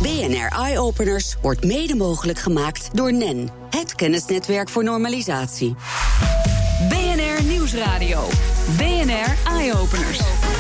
BNR Eye-Openers wordt mede mogelijk gemaakt door NEN, het kennisnetwerk voor normalisatie. BNR Nieuwsradio. BNR Eye-Openers.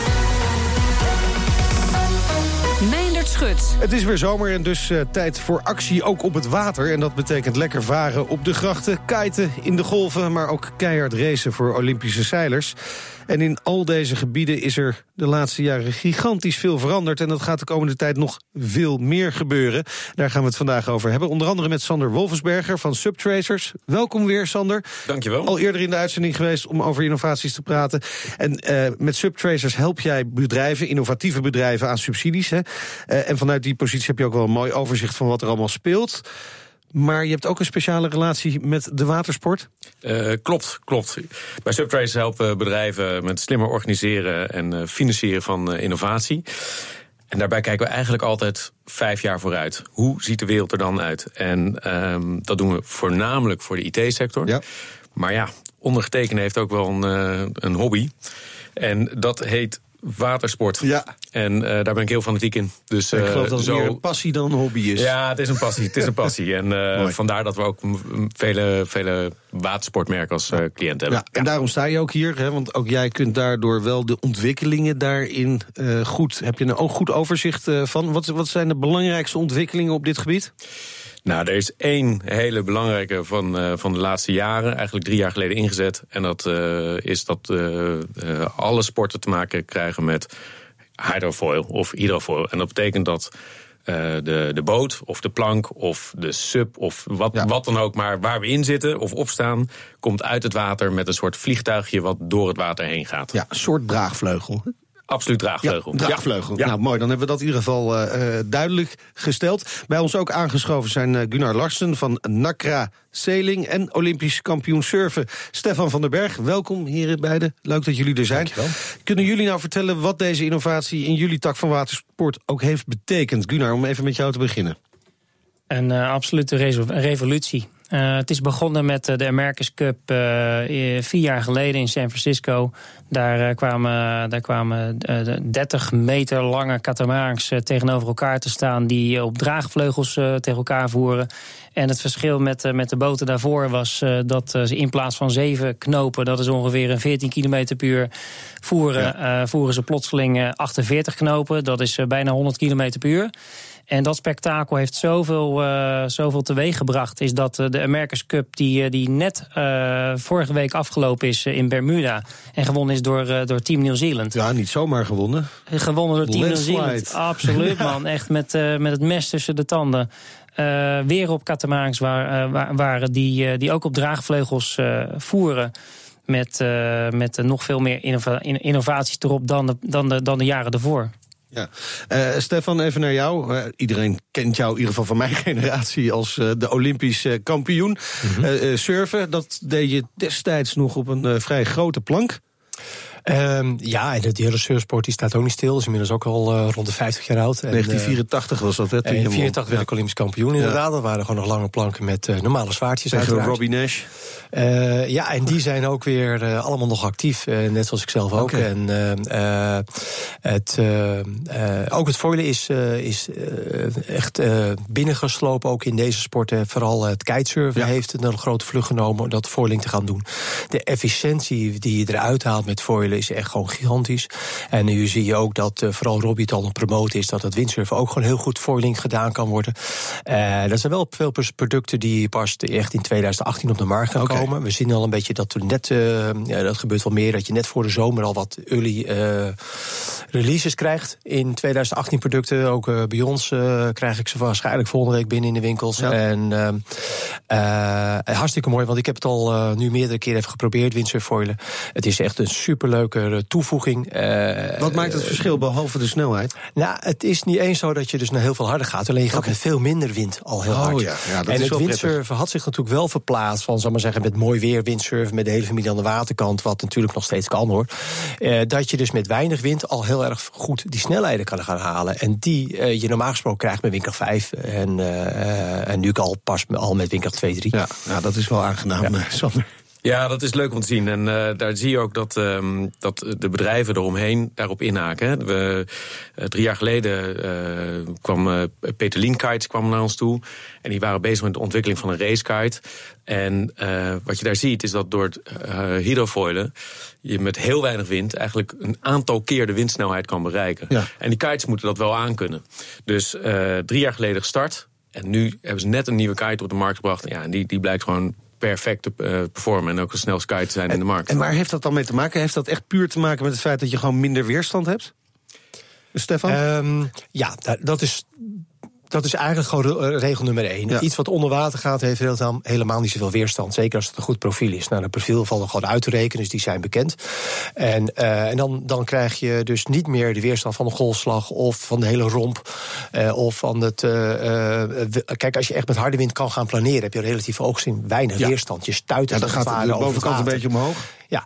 Meindert Schut. Het is weer zomer en dus tijd voor actie ook op het water. En dat betekent lekker varen op de grachten, kiten in de golven, maar ook keihard racen voor Olympische zeilers. En in al deze gebieden is er de laatste jaren gigantisch veel veranderd. En dat gaat de komende tijd nog veel meer gebeuren. Daar gaan we het vandaag over hebben. Onder andere met Sander Wolfensberger van Subtracers. Welkom weer, Sander. Dankjewel. Al eerder in de uitzending geweest om over innovaties te praten. En met Subtracers help jij bedrijven, innovatieve bedrijven, aan subsidies. Hè? En vanuit die positie heb je ook wel een mooi overzicht van wat er allemaal speelt. Maar je hebt ook een speciale relatie met de watersport? Klopt. Bij Subtracers helpen bedrijven met slimmer organiseren en financieren van innovatie. En daarbij kijken we eigenlijk altijd 5 jaar vooruit. Hoe ziet de wereld er dan uit? En dat doen we voornamelijk voor de IT-sector. Ja. Maar ja, ondergetekende heeft ook wel een hobby. En dat heet watersport. Ja. En daar ben ik heel fanatiek in. Dus, ik geloof dat het meer een passie dan een hobby is. Ja, het is een passie. En vandaar dat we ook vele watersportmerken als cliënt hebben. Ja, en daarom sta je ook hier, hè, want ook jij kunt daardoor wel de ontwikkelingen daarin goed. Heb je een ook goed overzicht van? Wat zijn de belangrijkste ontwikkelingen op dit gebied? Nou, er is 1 hele belangrijke van de laatste jaren, eigenlijk 3 jaar geleden ingezet. En dat is dat alle sporten te maken krijgen met hydrofoil of hydrofoil. En dat betekent dat de boot of de plank of de sub of wat dan ook, maar waar we in zitten of opstaan, komt uit het water met een soort vliegtuigje wat door het water heen gaat. Ja, een soort draagvleugel. Absoluut draagvleugel. Ja, draagvleugel. Ja. Nou, mooi, dan hebben we dat in ieder geval duidelijk gesteld. Bij ons ook aangeschoven zijn Gunnar Larsen van Nacra Sailing en Olympisch kampioen surfen Stefan van der Berg. Welkom heren beiden, leuk dat jullie er zijn. Dankjewel. Kunnen jullie nou vertellen wat deze innovatie in jullie tak van watersport ook heeft betekend? Gunnar, om even met jou te beginnen. Een absolute revolutie. Het is begonnen met de America's Cup 4 jaar geleden in San Francisco. Daar kwamen 30 meter lange catamarans tegenover elkaar te staan die op draagvleugels tegen elkaar voeren. En het verschil met de boten daarvoor was dat ze in plaats van 7 knopen, dat is ongeveer een 14 km per uur, voeren ze plotseling 48 knopen. Dat is bijna 100 km per uur. En dat spektakel heeft zoveel teweeg gebracht, is dat de America's Cup, die net vorige week afgelopen is in Bermuda en gewonnen is door Team New Zealand. Ja, niet zomaar gewonnen. Gewonnen door Team New Zealand. Absoluut, man. Echt met het mes tussen de tanden. Weer op catamarans waren die ook op draagvleugels voeren. Met nog veel meer innovaties erop dan de jaren ervoor. Ja. Stefan, even naar jou. Iedereen kent jou in ieder geval van mijn generatie als de Olympisch kampioen. Mm-hmm. Surfen, dat deed je destijds nog op een vrij grote plank. Ja, en de hele surfsport die staat ook niet stil. Is inmiddels ook al rond de 50 jaar oud. 1984 was dat, hè? In 1984 werd ik Olympisch kampioen, inderdaad. Ja. Dat waren gewoon nog lange planken met normale zwaardjes. Tegen Robbie Nash. Ja, en die zijn ook weer allemaal nog actief. Net zoals ik zelf ook. Okay. En ook het foilen is echt binnengeslopen, ook in deze sporten. Vooral het kitesurfen heeft een grote vlucht genomen om dat foiling te gaan doen. De efficiëntie die je eruit haalt met foilen is echt gewoon gigantisch. En nu zie je ook dat vooral Robbie het al een promoten is, dat het windsurfen ook gewoon heel goed foiling gedaan kan worden. Er zijn wel veel producten die pas echt in 2018 op de markt gaan komen. We zien al een beetje dat we net, dat gebeurt wel meer, dat je net voor de zomer al wat early releases krijgt in 2018 producten. Ook bij ons krijg ik ze waarschijnlijk volgende week binnen in de winkels. Ja. En hartstikke mooi, want ik heb het al nu meerdere keren even geprobeerd, windsurffoilen. Het is echt een superleuke toevoeging. Wat maakt het verschil, behalve de snelheid? Nou, het is niet eens zo dat je dus naar heel veel harder gaat. Alleen je gaat met veel minder wind al heel hard. Ja, dat en is het windsurfen had zich natuurlijk wel verplaatst van, zal maar zeggen, met mooi weer windsurfen, met de hele familie aan de waterkant, wat natuurlijk nog steeds kan, hoor. Dat je dus met weinig wind al heel erg goed die snelheden kan gaan halen. En die je normaal gesproken krijgt met windkracht 5. En nu al pas met windkracht 2, 3. Ja, dat is wel aangenaam, Sander. Ja, dat is leuk om te zien. En daar zie je ook dat de bedrijven eromheen daarop inhaken. Hè. 3 jaar geleden kwam Peterlien Kites naar ons toe. En die waren bezig met de ontwikkeling van een racekite. En wat je daar ziet is dat door het hydrofoilen je met heel weinig wind eigenlijk een aantal keer de windsnelheid kan bereiken. Ja. En die kites moeten dat wel aankunnen. Dus 3 jaar geleden gestart. En nu hebben ze net een nieuwe kite op de markt gebracht. Ja, en die blijkt gewoon perfect te performen en ook de snelste kite te zijn in de markt. En waar heeft dat dan mee te maken? Heeft dat echt puur te maken met het feit dat je gewoon minder weerstand hebt? Stefan? Ja, dat is eigenlijk gewoon regel nummer 1. Ja. Iets wat onder water gaat, heeft helemaal niet zoveel weerstand. Zeker als het een goed profiel is. Nou, een profiel valt er gewoon uit te rekenen, dus die zijn bekend. En dan krijg je dus niet meer de weerstand van de golfslag of van de hele romp. Of van het. Kijk, als je echt met harde wind kan gaan planeren, heb je relatief ook weinig weerstand. Je stuit dan gaat de bovenkant een beetje omhoog. Ja,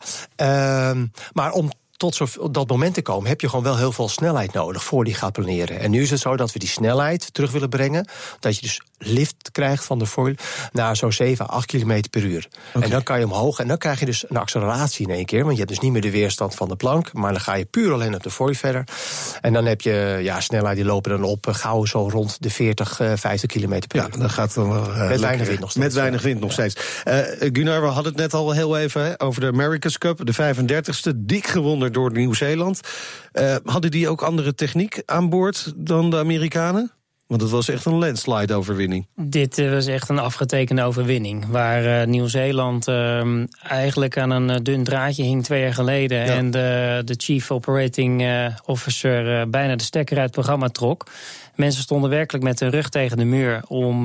maar om tot dat moment te komen, heb je gewoon wel heel veel snelheid nodig voor die gaat planeren. En nu is het zo dat we die snelheid terug willen brengen, dat je dus lift krijgt van de foil naar zo'n 7 à 8 km per uur. Okay. En dan kan je omhoog en dan krijg je dus een acceleratie in één keer, want je hebt dus niet meer de weerstand van de plank, maar dan ga je puur alleen op de foil verder. En dan heb je snelheid, die lopen dan op gauw zo rond de 40, 50 km per uur. Ja, dan gaat dan wel met weinig wind nog steeds. Met weinig wind nog steeds. Gunnar, we hadden het net al heel even over de America's Cup, de 35e, dik gewonnen door Nieuw-Zeeland. Hadden die ook andere techniek aan boord dan de Amerikanen? Want het was echt een landslide-overwinning. Dit was echt een afgetekende overwinning. Waar Nieuw-Zeeland eigenlijk aan een dun draadje hing 2 jaar geleden. Ja. En de Chief Operating Officer bijna de stekker uit het programma trok. Mensen stonden werkelijk met hun rug tegen de muur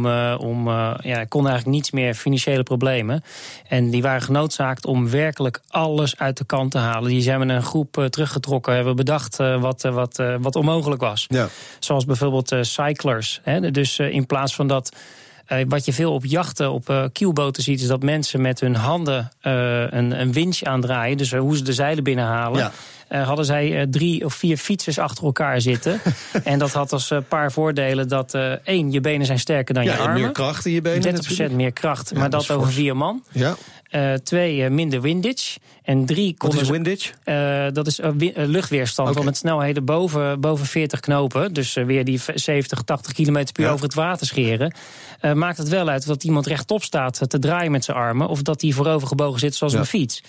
konden eigenlijk niets meer, financiële problemen. En die waren genoodzaakt om werkelijk alles uit de kant te halen. Die zijn met een groep teruggetrokken, hebben bedacht wat onmogelijk was. Ja. Zoals bijvoorbeeld cyclers. Hè? Dus in plaats van dat. Wat je veel op jachten, op kielboten ziet, is dat mensen met hun handen een winch aandraaien. Dus hoe ze de zeilen binnenhalen. Ja. Hadden zij 3 of 4 fietsers achter elkaar zitten. En dat had als paar voordelen dat 1, je benen zijn sterker dan je armen. En meer kracht in je benen. 30% meer kracht, maar dat over 4 man. Ja. 2, minder windage. En 3... Wat is windage? Dat is luchtweerstand. Okay. Met snelheden boven 40 knopen. Dus weer die 70, 80 km per uur over het water scheren. Maakt het wel uit dat iemand rechtop staat te draaien met zijn armen. Of dat hij voorover gebogen zit zoals een fiets.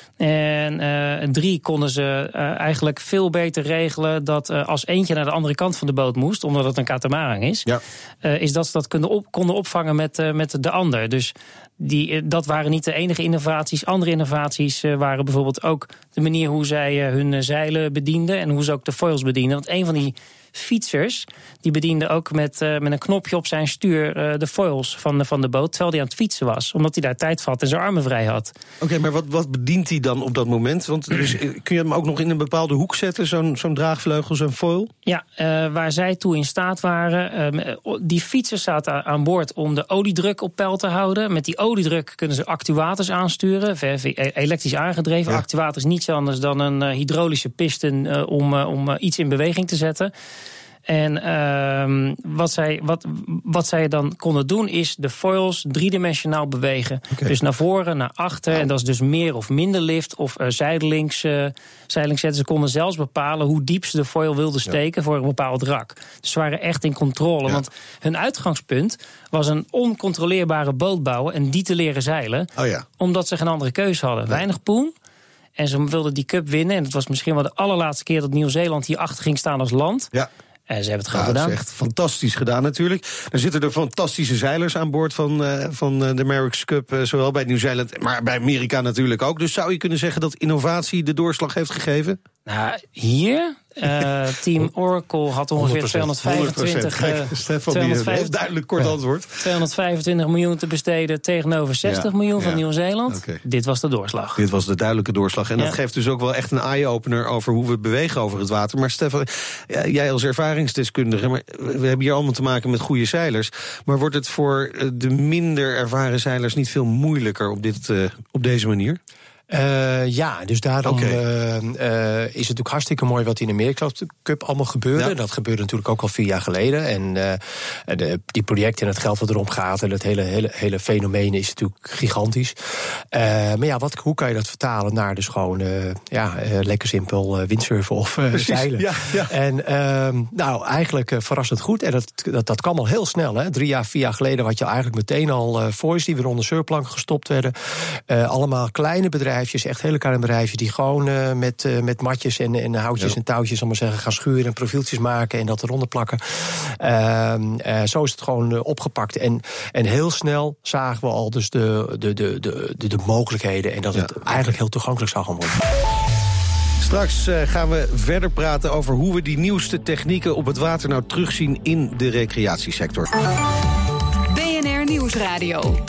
En 3 konden ze eigenlijk veel beter regelen dat als eentje naar de andere kant van de boot moest, omdat het een catamarang is, is dat ze dat konden opvangen met de ander. Dus dat waren niet de enige innovaties. Andere innovaties waren bijvoorbeeld ook de manier hoe zij hun zeilen bedienden en hoe ze ook de foils bedienden. Want een van die fietsers, die bediende ook met een knopje op zijn stuur de foils van de boot, terwijl hij aan het fietsen was, omdat hij daar tijd had en zijn armen vrij had. Oké, maar wat bedient hij dan op dat moment? Want dus, kun je hem ook nog in een bepaalde hoek zetten, zo'n draagvleugel, zo'n foil? Ja, waar zij toe in staat waren. Die fietsers zaten aan boord om de oliedruk op peil te houden. Met die oliedruk kunnen ze actuators aansturen, elektrisch aangedreven. Ja. Actuator is niets anders dan een hydraulische piston om iets in beweging te zetten. En wat zij dan konden doen is de foils 3-dimensionaal bewegen. Okay. Dus naar voren, naar achter. En dat is dus meer of minder lift of zijdelings zetten. Ze konden zelfs bepalen hoe diep ze de foil wilden steken voor een bepaald rak. Dus ze waren echt in controle. Want hun uitgangspunt was een oncontroleerbare boot bouwen en die te leren zeilen. Omdat ze geen andere keuze hadden. Weinig poen. En ze wilden die cup winnen. En het was misschien wel de allerlaatste keer dat Nieuw-Zeeland hier achter ging staan als land. Ja. En ze hebben het gewoon gedaan. Dat is echt fantastisch gedaan natuurlijk. Er zitten er fantastische zeilers aan boord van de America's Cup. Zowel bij Nieuw-Zeeland, maar bij Amerika natuurlijk ook. Dus zou je kunnen zeggen dat innovatie de doorslag heeft gegeven? Nou, hier... Team Oracle had ongeveer 225... Stefan, die heeft duidelijk kort antwoord. 225 miljoen te besteden tegenover 60 miljoen van Nieuw-Zeeland. Okay. Dit was de doorslag. Dit was de duidelijke doorslag. En dat geeft dus ook wel echt een eye-opener over hoe we bewegen over het water. Maar Stefan, jij als ervaringsdeskundige, maar we hebben hier allemaal te maken met goede zeilers. Maar wordt het voor de minder ervaren zeilers niet veel moeilijker op deze manier? Dus daarom is het natuurlijk hartstikke mooi wat in de Amerika's Cup allemaal gebeurde. Ja. Dat gebeurde natuurlijk ook al 4 jaar geleden. En die projecten en het geld wat erom gaat en het hele fenomeen is natuurlijk gigantisch. Maar hoe kan je dat vertalen naar dus gewoon lekker simpel windsurfen of zeilen? Ja. En eigenlijk verrassend goed. En dat kwam al heel snel. Hè. 3 jaar, 4 jaar geleden had je eigenlijk meteen al foils die weer onder surfplanken gestopt werden. Allemaal kleine bedrijfjes, echt hele kleine bedrijfjes die gewoon met matjes en houtjes en touwtjes gaan schuren en profieltjes maken en dat eronder plakken. Zo is het gewoon opgepakt. En heel snel zagen we al dus de mogelijkheden en dat het eigenlijk heel toegankelijk zou gaan worden. Straks gaan we verder praten over hoe we die nieuwste technieken op het water nou terugzien in de recreatiesector. BNR Nieuwsradio.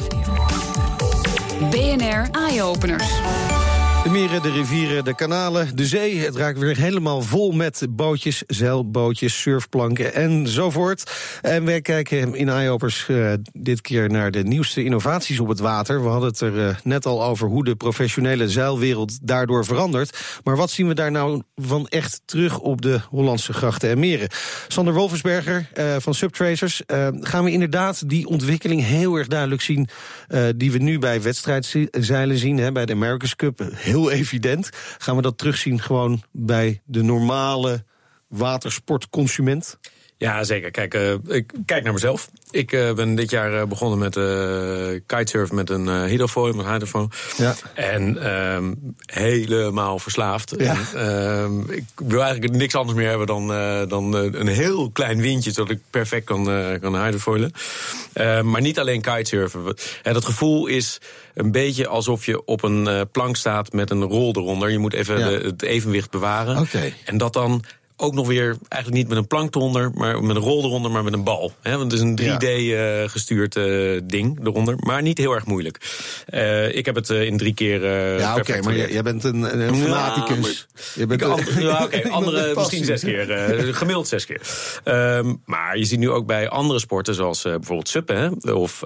BNR Eye-Openers. De meren, de rivieren, de kanalen, de zee. Het raakt weer helemaal vol met bootjes, zeilbootjes, surfplanken enzovoort. En wij kijken in Eye-Openers dit keer naar de nieuwste innovaties op het water. We hadden het er net al over hoe de professionele zeilwereld daardoor verandert. Maar wat zien we daar nou van echt terug op de Hollandse grachten en meren? Sander Wolfersberger van Subtracers. Gaan we inderdaad die ontwikkeling heel erg duidelijk zien die we nu bij wedstrijdzeilen zien, bij de America's Cup? Heel evident. Gaan we dat terugzien gewoon bij de normale watersportconsument? Ja, zeker. Ik kijk naar mezelf. Ik ben dit jaar begonnen met kitesurfen met een hydrofoil, met hydrofoon. Ja. En helemaal verslaafd. Ja. En, ik wil eigenlijk niks anders meer hebben dan een heel klein windje, zodat ik perfect kan hydrofoilen. Maar niet alleen kitesurfen. Dat gevoel is een beetje alsof je op een plank staat met een rol eronder. Je moet even het evenwicht bewaren. Okay. En dat dan ook nog weer, eigenlijk niet met een plank eronder, maar met een rol eronder, maar met een bal. Want het is een 3D gestuurd ding eronder, maar niet heel erg moeilijk. Ik heb het in 3 keer maar jij bent een fanaticus. Andere misschien 6 keer. Gemiddeld 6 keer. Maar je ziet nu ook bij andere sporten, zoals bijvoorbeeld suppen, of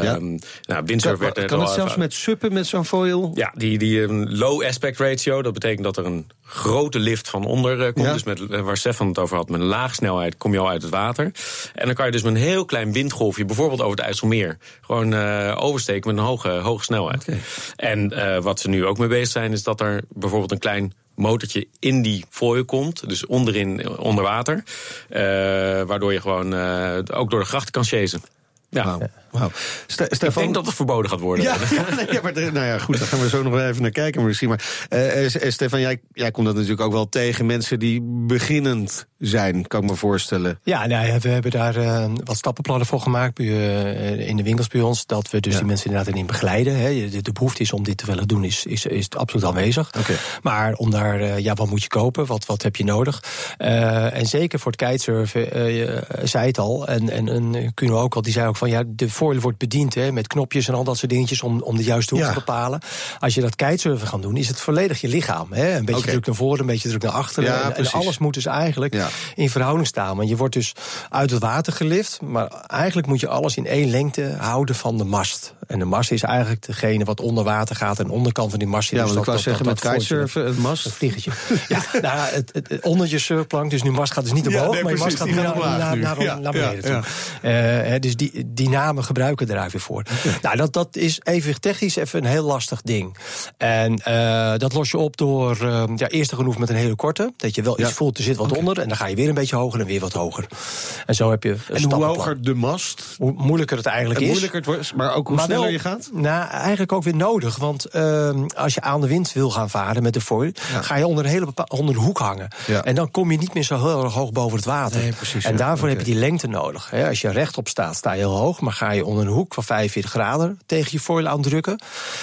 windsurf werd kan het zelfs met suppen, met zo'n foil? Ja, die low aspect ratio, dat betekent dat er een grote lift van onder komt. Dus waar Stefan het over had, met een laag snelheid kom je al uit het water. En dan kan je dus met een heel klein windgolfje, bijvoorbeeld over het IJsselmeer, gewoon oversteken met een hoge snelheid. Okay. En wat ze nu ook mee bezig zijn, is dat er bijvoorbeeld een klein motortje in die foil komt, dus onder water, waardoor je gewoon ook door de grachten kan chasen. Ja. Wow. Ik denk dat het verboden gaat worden. Goed, daar gaan we zo nog wel even naar kijken misschien. Maar Stefan, jij komt dat natuurlijk ook wel tegen. Mensen die beginnend zijn, kan ik me voorstellen. Ja, we hebben daar wat stappenplannen voor gemaakt in de winkels bij ons. Dat we dus die mensen inderdaad in begeleiden. De behoefte is om dit te willen doen, is absoluut aanwezig. Okay. Maar om daar, wat moet je kopen? Wat heb je nodig? En zeker voor het kitesurfen, zei het al. En kunnen we ook al, die zei ook van de foil wordt bediend met knopjes en al dat soort dingetjes om de juiste hoek te bepalen. Als je dat kitesurfen gaat doen, is het volledig je lichaam. Een beetje druk naar voren, een beetje druk naar achteren. En alles moet dus eigenlijk in verhouding staan. Want je wordt dus uit het water gelift, maar eigenlijk moet je alles in 1 lengte houden van de mast. En de mast is eigenlijk degene wat onder water gaat en de onderkant van die mast. Ja, want ik wou zeggen met kitesurfen, het mast. Het vliegetje. Het onder je surfplank, dus nu mast gaat dus niet omhoog, maar je mast gaat naar beneden toe. Dus die namen gebruiken er weer voor. Okay. Dat is even technisch even een heel lastig ding. En dat los je op door eerst te gaan oefenen met een hele korte. Dat je wel iets voelt, er zit wat onder. En dan ga je weer een beetje hoger en weer wat hoger. En zo heb je en hoe hoger de mast, hoe moeilijker het eigenlijk is. Moeilijker het wordt, maar ook hoe sneller je gaat? Eigenlijk ook weer nodig. Want als je aan de wind wil gaan varen met de foil, ga je onder een hoek hangen. Ja. En dan kom je niet meer zo heel erg hoog boven het water. Nee, precies, en daarvoor heb je die lengte nodig. Als je rechtop staat, sta je heel hoog. Maar ga je onder een hoek van 45 graden tegen je foil aandrukken.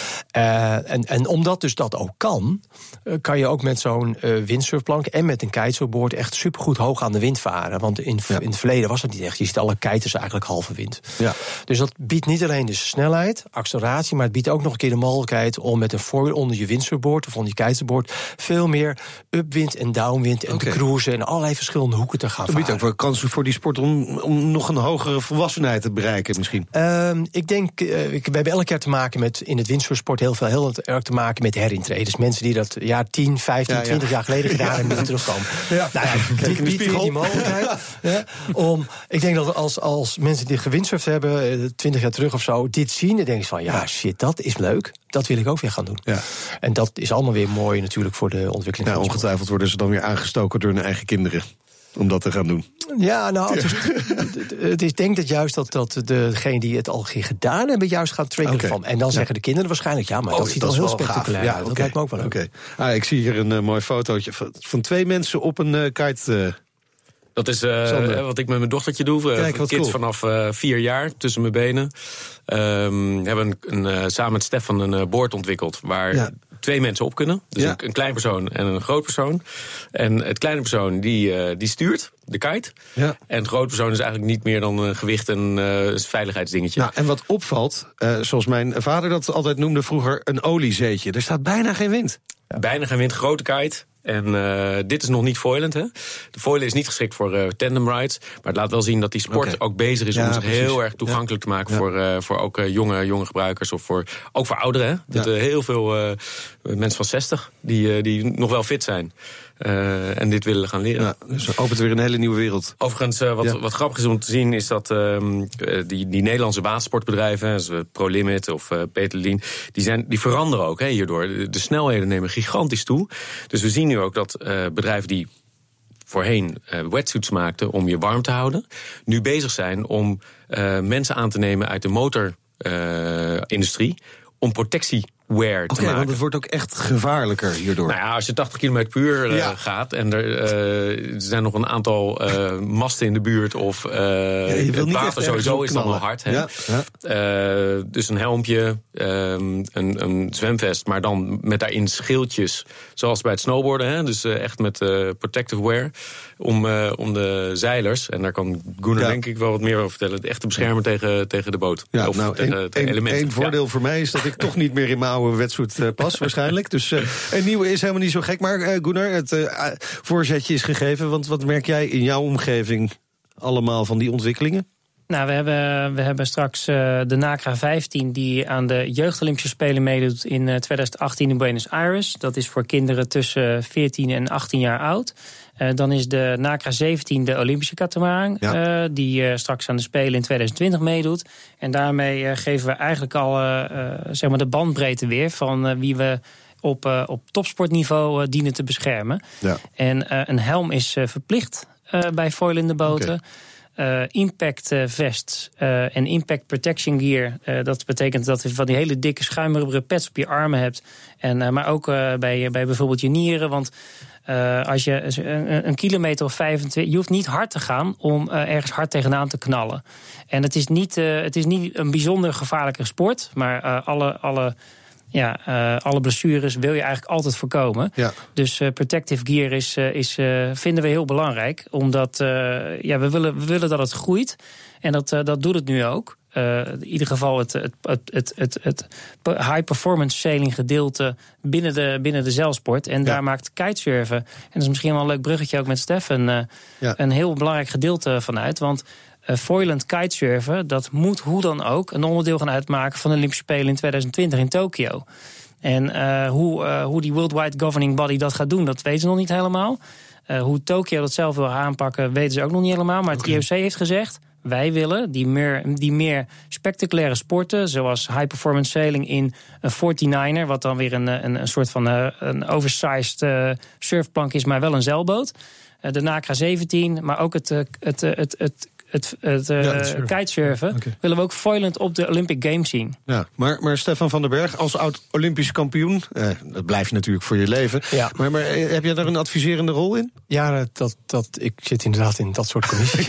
En omdat dus dat ook kan je ook met zo'n windsurfplank en met een kitesurfboard echt supergoed hoog aan de wind varen. Want in het verleden was dat niet echt. Je ziet alle kiters eigenlijk halve wind. Ja. Dus dat biedt niet alleen de snelheid, snelheid, acceleratie, maar het biedt ook nog een keer de mogelijkheid om met een foil onder je windsurfboard of onder je kitesurfboard veel meer upwind en downwind en te cruisen en allerlei verschillende hoeken te gaan varen. Het biedt ook wel kansen voor die sport om nog een hogere volwassenheid te bereiken misschien. Ik denk, we hebben elk jaar te maken met in het windsurfsport heel erg te maken met herintreders. Mensen die dat 10, 15, 20 jaar geleden gedaan hebben en moeten terugkomen. Ja. Nou ja, dit biedt weer die mogelijkheid. Ik denk dat als mensen die gewindsurfd hebben 20 jaar terug of zo, dit zien, dan denken ze van shit, dat is leuk. Dat wil ik ook weer gaan doen. Ja. En dat is allemaal weer mooi natuurlijk voor de ontwikkeling van ongetwijfeld worden ze dan weer aangestoken door hun eigen kinderen om dat te gaan doen. Ja, nou, het is denk dat juist dat degene die het al gedaan hebben juist gaan triggeren van. En dan zeggen de kinderen waarschijnlijk, maar dat ziet al heel spectaculair uit. Dat lijkt me ook wel leuk. Ik zie hier een mooi fotootje van 2 mensen op een kite. Dat is wat ik met mijn dochtertje doe. Kijk, wat kids cool. vanaf 4 jaar, tussen mijn benen. Hebben samen met Stefan een boord ontwikkeld waar 2 mensen op kunnen. Dus een klein persoon en een groot persoon. En het kleine persoon die stuurt de kite. Ja. En de grote persoon is eigenlijk niet meer dan gewicht en een veiligheidsdingetje. Nou, en wat opvalt, zoals mijn vader dat altijd noemde vroeger, een oliezeetje. Er staat bijna geen wind. Ja. Bijna geen wind, grote kite. En dit is nog niet foilend. Hè? De foilen is niet geschikt voor tandem rides. Maar het laat wel zien dat die sport ook bezig is om zich heel erg toegankelijk te maken voor ook jonge gebruikers. Of ook voor ouderen. Hè? Dat heel veel mensen van 60 die nog wel fit zijn. En dit willen gaan leren. Ja, dus er opent weer een hele nieuwe wereld. Overigens, wat grappig is om te zien, is dat die Nederlandse watersportbedrijven, zoals ProLimit of Peterlien, die veranderen ook hierdoor. De snelheden nemen gigantisch toe. Dus we zien nu ook dat bedrijven die voorheen wetsuits maakten om je warm te houden, nu bezig zijn om mensen aan te nemen uit de motorindustrie om protectiewear te maken. Want het wordt ook echt gevaarlijker hierdoor. Nou ja, als je 80 km per uur gaat en er zijn nog een aantal masten in de buurt of het water sowieso is dan al hard. Hè? Ja. Dus een helmpje, een zwemvest, maar dan met daarin schildjes, zoals bij het snowboarden. Hè? Dus echt met protective wear om de zeilers, en daar kan Gunnar denk ik wel wat meer over vertellen, echt te beschermen tegen de boot. Ja, of tegen elementen. Eén voordeel voor mij is dat ik toch niet meer in mijn oude wetsuit pas waarschijnlijk. Dus een nieuwe is helemaal niet zo gek. Maar Gunnar, het voorzetje is gegeven. Want wat merk jij in jouw omgeving allemaal van die ontwikkelingen? Nou, we hebben straks de NACRA 15 die aan de Jeugd Olympische Spelen meedoet in 2018 in Buenos Aires. Dat is voor kinderen tussen 14 en 18 jaar oud. Dan is de NACRA 17 de Olympische katamaran, die straks aan de Spelen in 2020 meedoet. En daarmee geven we eigenlijk al de bandbreedte weer van wie we op topsportniveau dienen te beschermen. Ja. En een helm is verplicht bij foilende boten. Impact vests en impact protection gear. Dat betekent dat je van die hele dikke schuimrubberen pads op je armen hebt. Maar ook bij bijvoorbeeld je nieren. Want als je een kilometer of 25... Je hoeft niet hard te gaan om ergens hard tegenaan te knallen. En het is niet een bijzonder gevaarlijke sport. Maar alle blessures wil je eigenlijk altijd voorkomen. Ja. Dus protective gear vinden we heel belangrijk. Omdat we willen dat het groeit. En dat doet het nu ook. In ieder geval het high performance sailing gedeelte binnen de zeilsport. En daar maakt kitesurfen, en dat is misschien wel een leuk bruggetje ook met Stefan, een heel belangrijk gedeelte van uit. Want foilend kitesurfen, dat moet hoe dan ook een onderdeel gaan uitmaken van de Olympische Spelen in 2020 in Tokio. En hoe die Worldwide Governing Body dat gaat doen, dat weten ze nog niet helemaal. Hoe Tokio dat zelf wil aanpakken, weten ze ook nog niet helemaal. Maar het IOC heeft gezegd, wij willen die meer spectaculaire sporten, zoals high-performance sailing in een 49er... wat dan weer een soort van een oversized surfplank is, maar wel een zeilboot. De NACRA 17, maar ook het kitesurfen willen we ook foilend op de Olympic Games zien. Ja, maar Stefan van den Berg, als oud-Olympisch kampioen, dat blijf je natuurlijk voor je leven. Ja. Maar heb jij daar een adviserende rol in? Ja, ik zit inderdaad in dat soort commissies.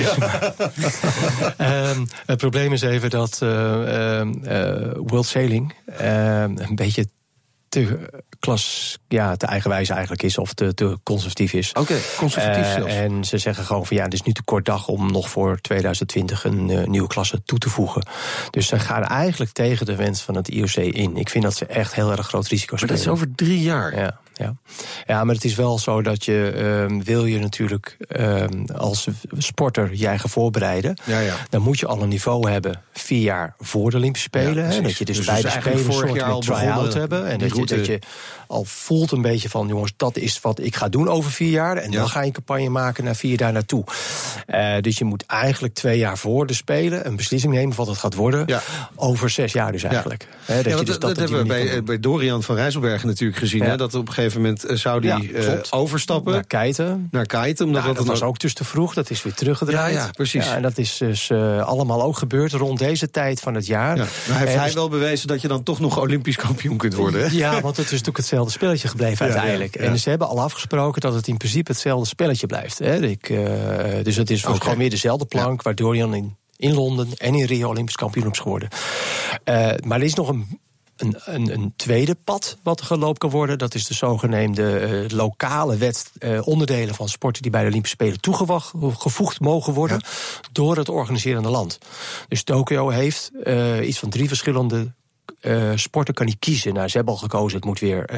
Het probleem is even dat World Sailing een beetje te eigenwijs eigenlijk is of te conservatief is. Oké, conservatief zelfs. En ze zeggen gewoon van het is nu te kort dag om nog voor 2020 een nieuwe klasse toe te voegen. Dus ze gaan eigenlijk tegen de wens van het IOC in. Ik vind dat ze echt heel erg groot risico spelen. Maar dat is over 3 jaar. Ja, maar het is wel zo dat wil je natuurlijk als sporter je eigen voorbereiden. Dan moet je al een niveau hebben 4 jaar voor de Olympische Spelen. Dat je dus bij de Spelen een soort van try-out hebben. En dat je al voelt een beetje van, jongens, dat is wat ik ga doen over 4 jaar. En dan ga je een campagne maken naar 4 jaar naartoe. Dus je moet eigenlijk 2 jaar voor de Spelen een beslissing nemen wat het gaat worden. Over 6 jaar dus eigenlijk. Dat hebben we bij Dorian van Rijsselbergen natuurlijk gezien. Dat op een gegeven moment zou die overstappen. Naar kiten. Omdat dat was ook dus te vroeg. Dat is weer teruggedraaid. Ja, precies. En dat is dus allemaal ook gebeurd rond deze tijd van het jaar. Maar heeft hij wel bewezen dat je dan toch nog Olympisch kampioen kunt worden? Hè? Ja, want het is natuurlijk hetzelfde spelletje gebleven uiteindelijk. En ze hebben al afgesproken dat het in principe hetzelfde spelletje blijft. Dus het is gewoon weer dezelfde plank waar Dorian in Londen en in Rio Olympisch kampioen is geworden. Maar er is nog een tweede pad wat er gelopen kan worden. Dat is de zogenaamde lokale onderdelen van sporten die bij de Olympische Spelen toegevoegd mogen worden door het organiserende land. Dus Tokio heeft iets van 3 verschillende sporten kan hij kiezen. Nou, ze hebben al gekozen, het moet weer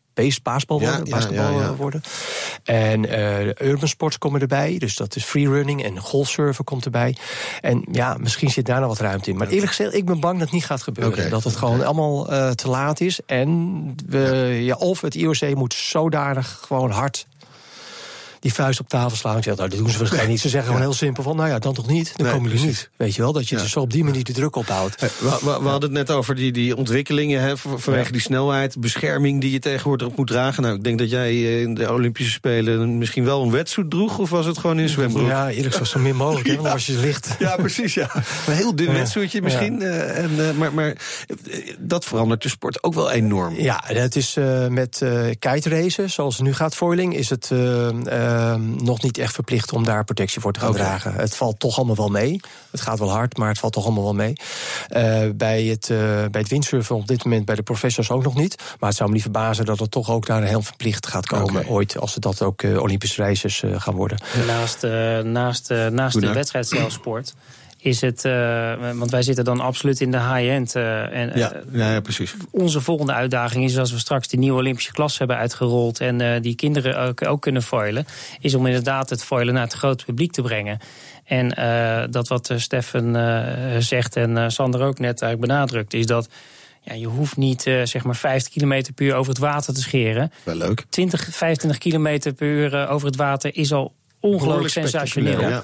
basketbal worden. En urban sports komen erbij. Dus dat is freerunning en golfsurfen komt erbij. En misschien zit daar nog wat ruimte in. Maar eerlijk gezegd, ik ben bang dat het niet gaat gebeuren. Dat het gewoon allemaal te laat is. En of het IOC moet zodanig gewoon hard die vuist op tafel slaan. Ik zeg, dat doen ze waarschijnlijk niet. Ze zeggen gewoon heel simpel van, dan toch niet. Dan komen jullie niet. Weet je wel, dat je dus zo op die manier de druk ophoudt. We hadden het net over die ontwikkelingen vanwege die snelheid, bescherming die je tegenwoordig op moet dragen. Nou, ik denk dat jij in de Olympische Spelen misschien wel een wetsuit droeg, of was het gewoon in zwembroek? Ja, eerlijk zo min mogelijk, want dan was je licht. Ja, precies, Een heel dun wetsuitje misschien. Maar dat verandert de sport ook wel enorm. Ja, het is met kite-racen, zoals het nu gaat, foiling, is het nog niet echt verplicht om daar protectie voor te gaan dragen. Het valt toch allemaal wel mee. Het gaat wel hard, maar het valt toch allemaal wel mee. Bij het windsurfen op dit moment bij de professors ook nog niet. Maar het zou me niet verbazen dat het toch ook daar heel verplicht gaat komen ooit, als het dat ook Olympische races gaan worden. Naast de wedstrijdzeilsport is het, want wij zitten dan absoluut in de high-end. Precies. Onze volgende uitdaging is, als we straks die nieuwe Olympische klasse hebben uitgerold en die kinderen ook kunnen foilen, is om inderdaad het foilen naar het grote publiek te brengen. En dat wat Steffen zegt en Sander ook net eigenlijk benadrukt, is dat je hoeft niet 50 km per uur over het water te scheren. Wel leuk. 25 km per uur over het water is al ongelooflijk sensationeel.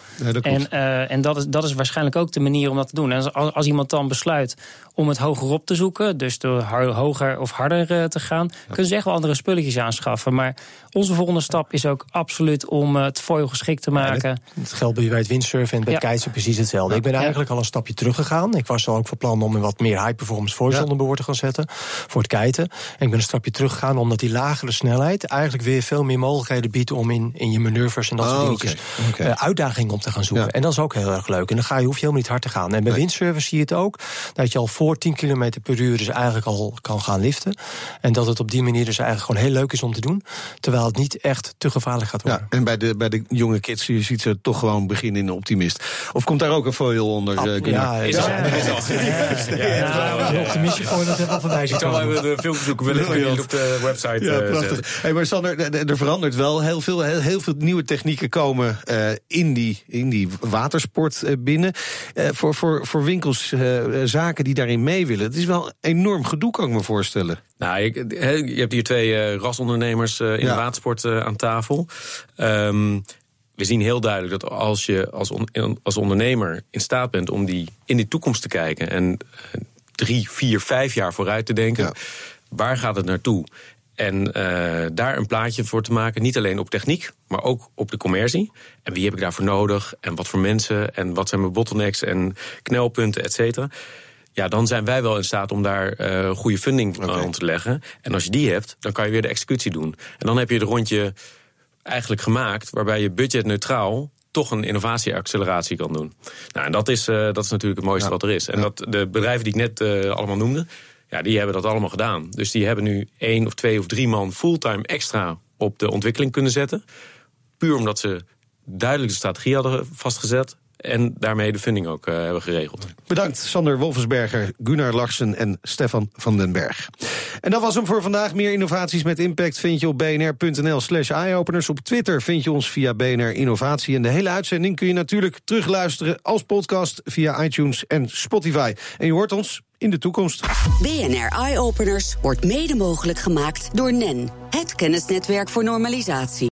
En dat is waarschijnlijk ook de manier om dat te doen. En als iemand dan besluit om het hoger op te zoeken, dus door hoger of harder te gaan, kunnen ze echt wel andere spulletjes aanschaffen. Maar onze volgende stap is ook absoluut om het foil geschikt te maken. Het geldt bij het windsurfen en bij het kitesurfen precies hetzelfde. Ik ben eigenlijk al een stapje teruggegaan. Ik was al ook van plan om een wat meer high-performance foil onder boord te gaan zetten voor het kiten. En ik ben een stapje teruggegaan omdat die lagere snelheid eigenlijk weer veel meer mogelijkheden biedt om in je manoeuvres en dat soort dingetjes uitdagingen op te gaan zoeken. En dat is ook heel erg leuk. En dan hoef je helemaal niet hard te gaan. En bij windsurfen zie je het ook, dat je al voor 10 km per uur dus eigenlijk al kan gaan liften. En dat het op die manier dus eigenlijk gewoon heel leuk is om te doen. Terwijl het niet echt te gevaarlijk gaat worden. En bij de jonge kids, je ziet ze toch gewoon beginnen in een optimist. Of komt daar ook een foil onder? Een optimistje foil, dat hebben we van mij. Ik zal even de filmpjes zoeken, willen op de website prachtig. Hey, maar Sander, er verandert wel heel veel nieuwe technieken komen in die watersport binnen. Voor winkels, zaken die daarin mee willen. Het is wel enorm gedoe, kan ik me voorstellen. Nou, je hebt hier 2 rasondernemers in de watersport aan tafel. We zien heel duidelijk dat als je als ondernemer in staat bent om in die toekomst te kijken en 3, 4, 5 jaar vooruit te denken, waar gaat het naartoe? En daar een plaatje voor te maken, niet alleen op techniek, maar ook op de commercie. En wie heb ik daarvoor nodig? En wat voor mensen? En wat zijn mijn bottlenecks en knelpunten, et cetera? Ja, dan zijn wij wel in staat om daar goede funding aan te leggen. En als je die hebt, dan kan je weer de executie doen. En dan heb je het rondje eigenlijk gemaakt, waarbij je budgetneutraal toch een innovatieacceleratie kan doen. Nou, en dat is natuurlijk het mooiste wat er is. En dat de bedrijven die ik net allemaal noemde, Ja, die hebben dat allemaal gedaan. Dus die hebben nu 1 of 2 of 3 man fulltime extra op de ontwikkeling kunnen zetten. Puur omdat ze duidelijk de strategie hadden vastgezet en daarmee de funding ook hebben geregeld. Bedankt Sander Wolfensberger, Gunnar Larsen en Stefan van den Berg. En dat was hem voor vandaag. Meer innovaties met impact vind je op bnr.nl/eyeopeners. Op Twitter vind je ons via BNR Innovatie. En de hele uitzending kun je natuurlijk terugluisteren als podcast via iTunes en Spotify. En je hoort ons in de toekomst. BNR Eyeopeners wordt mede mogelijk gemaakt door NEN, het kennisnetwerk voor normalisatie.